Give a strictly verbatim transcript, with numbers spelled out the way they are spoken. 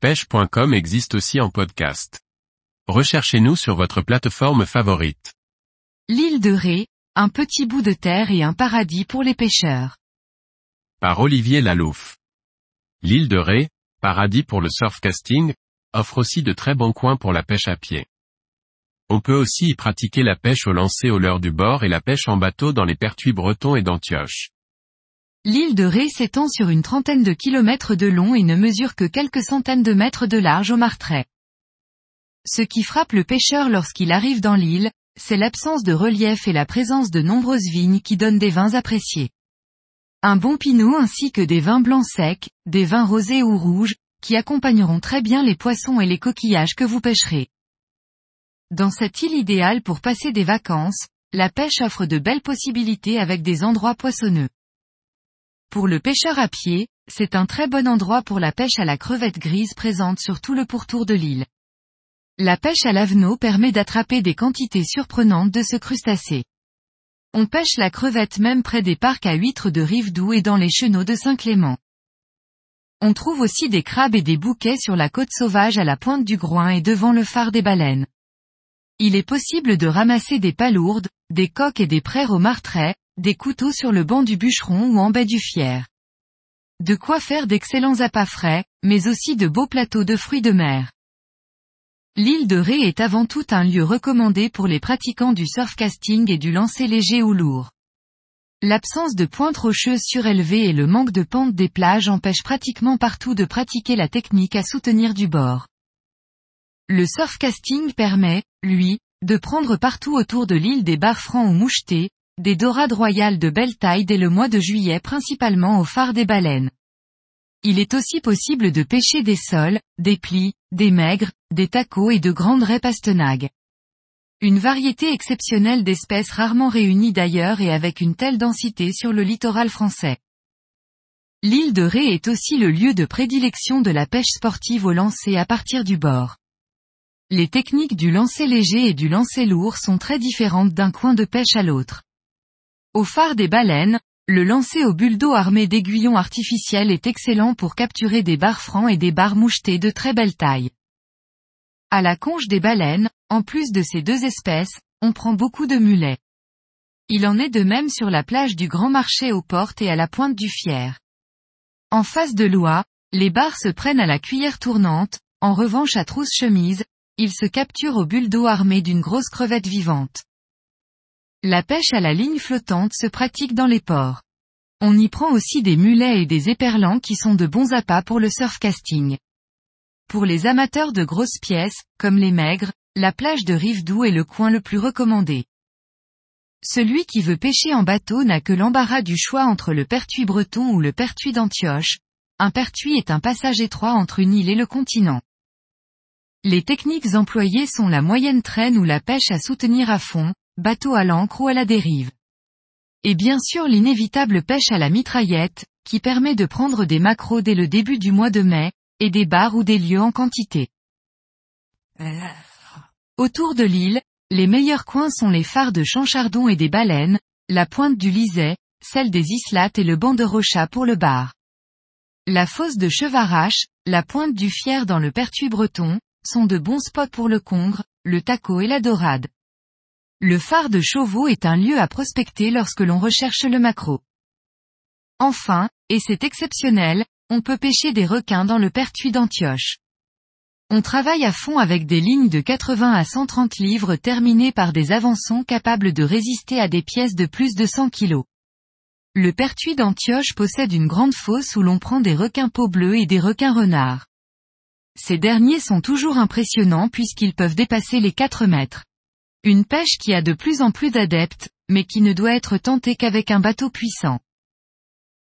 pêche point com existe aussi en podcast. Recherchez-nous sur votre plateforme favorite. L'île de Ré, un petit bout de terre et un paradis pour les pêcheurs. Par Olivier Lalouf. L'île de Ré, paradis pour le surfcasting, offre aussi de très bons coins pour la pêche à pied. On peut aussi y pratiquer la pêche au lancer au leurre du bord et la pêche en bateau dans les pertuis bretons et d'Antioche. L'île de Ré s'étend sur une trentaine de kilomètres de long et ne mesure que quelques centaines de mètres de large au martret. Ce qui frappe le pêcheur lorsqu'il arrive dans l'île, c'est l'absence de relief et la présence de nombreuses vignes qui donnent des vins appréciés. Un bon pinot ainsi que des vins blancs secs, des vins rosés ou rouges, qui accompagneront très bien les poissons et les coquillages que vous pêcherez. Dans cette île idéale pour passer des vacances, la pêche offre de belles possibilités avec des endroits poissonneux. Pour le pêcheur à pied, c'est un très bon endroit pour la pêche à la crevette grise présente sur tout le pourtour de l'île. La pêche à l'avenot permet d'attraper des quantités surprenantes de ce crustacé. On pêche la crevette même près des parcs à huîtres de Rivedoux et dans les chenaux de Saint-Clément. On trouve aussi des crabes et des bouquets sur la côte sauvage à la pointe du Groin et devant le phare des Baleines. Il est possible de ramasser des palourdes, des coques et des prairies au martret, des couteaux sur le banc du bûcheron ou en baie du Fier. De quoi faire d'excellents appâts frais, mais aussi de beaux plateaux de fruits de mer. L'île de Ré est avant tout un lieu recommandé pour les pratiquants du surfcasting et du lancer léger ou lourd. L'absence de pointes rocheuses surélevées et le manque de pente des plages empêchent pratiquement partout de pratiquer la technique à soutenir du bord. Le surfcasting permet, lui, de prendre partout autour de l'île des bars francs ou mouchetés, des dorades royales de belle taille dès le mois de juillet principalement au phare des Baleines. Il est aussi possible de pêcher des sols, des plis, des maigres, des tacos et de grandes raies pastenagues. Une variété exceptionnelle d'espèces rarement réunies d'ailleurs et avec une telle densité sur le littoral français. L'île de Ré est aussi le lieu de prédilection de la pêche sportive au lancer à partir du bord. Les techniques du lancer léger et du lancer lourd sont très différentes d'un coin de pêche à l'autre. Au phare des Baleines, le lancer au bulles d'eau armé d'aiguillons artificiels est excellent pour capturer des bars francs et des bars mouchetés de très belle taille. À la conche des Baleines, en plus de ces deux espèces, on prend beaucoup de mulets. Il en est de même sur la plage du Grand Marché aux Portes et à la pointe du Fier. En face de l'Oie, les bars se prennent à la cuillère tournante, en revanche à trousse-chemise, ils se capturent au bulles d'eau armé d'une grosse crevette vivante. La pêche à la ligne flottante se pratique dans les ports. On y prend aussi des mulets et des éperlans qui sont de bons appâts pour le surfcasting. Pour les amateurs de grosses pièces, comme les maigres, la plage de Rivedoux est le coin le plus recommandé. Celui qui veut pêcher en bateau n'a que l'embarras du choix entre le pertuis breton ou le pertuis d'Antioche. Un pertuis est un passage étroit entre une île et le continent. Les techniques employées sont la moyenne traîne ou la pêche à soutenir à fond, bateau à l'ancre ou à la dérive. Et bien sûr l'inévitable pêche à la mitraillette, qui permet de prendre des maquereaux dès le début du mois de mai, et des bars ou des lieux en quantité. Autour de l'île, les meilleurs coins sont les phares de Chanchardon et des Baleines, la pointe du Liset, celle des Islattes et le banc de Rochat pour le bar. La fosse de Chevarache, la pointe du Fier dans le pertuis breton, sont de bons spots pour le congre, le taco et la dorade. Le phare de Chauveau est un lieu à prospecter lorsque l'on recherche le maquereau. Enfin, et c'est exceptionnel, on peut pêcher des requins dans le pertuis d'Antioche. On travaille à fond avec des lignes de quatre-vingts à cent trente livres terminées par des avançons capables de résister à des pièces de plus de cent kilos. Le pertuis d'Antioche possède une grande fosse où l'on prend des requins peau bleue et des requins renards. Ces derniers sont toujours impressionnants puisqu'ils peuvent dépasser les quatre mètres. Une pêche qui a de plus en plus d'adeptes, mais qui ne doit être tentée qu'avec un bateau puissant.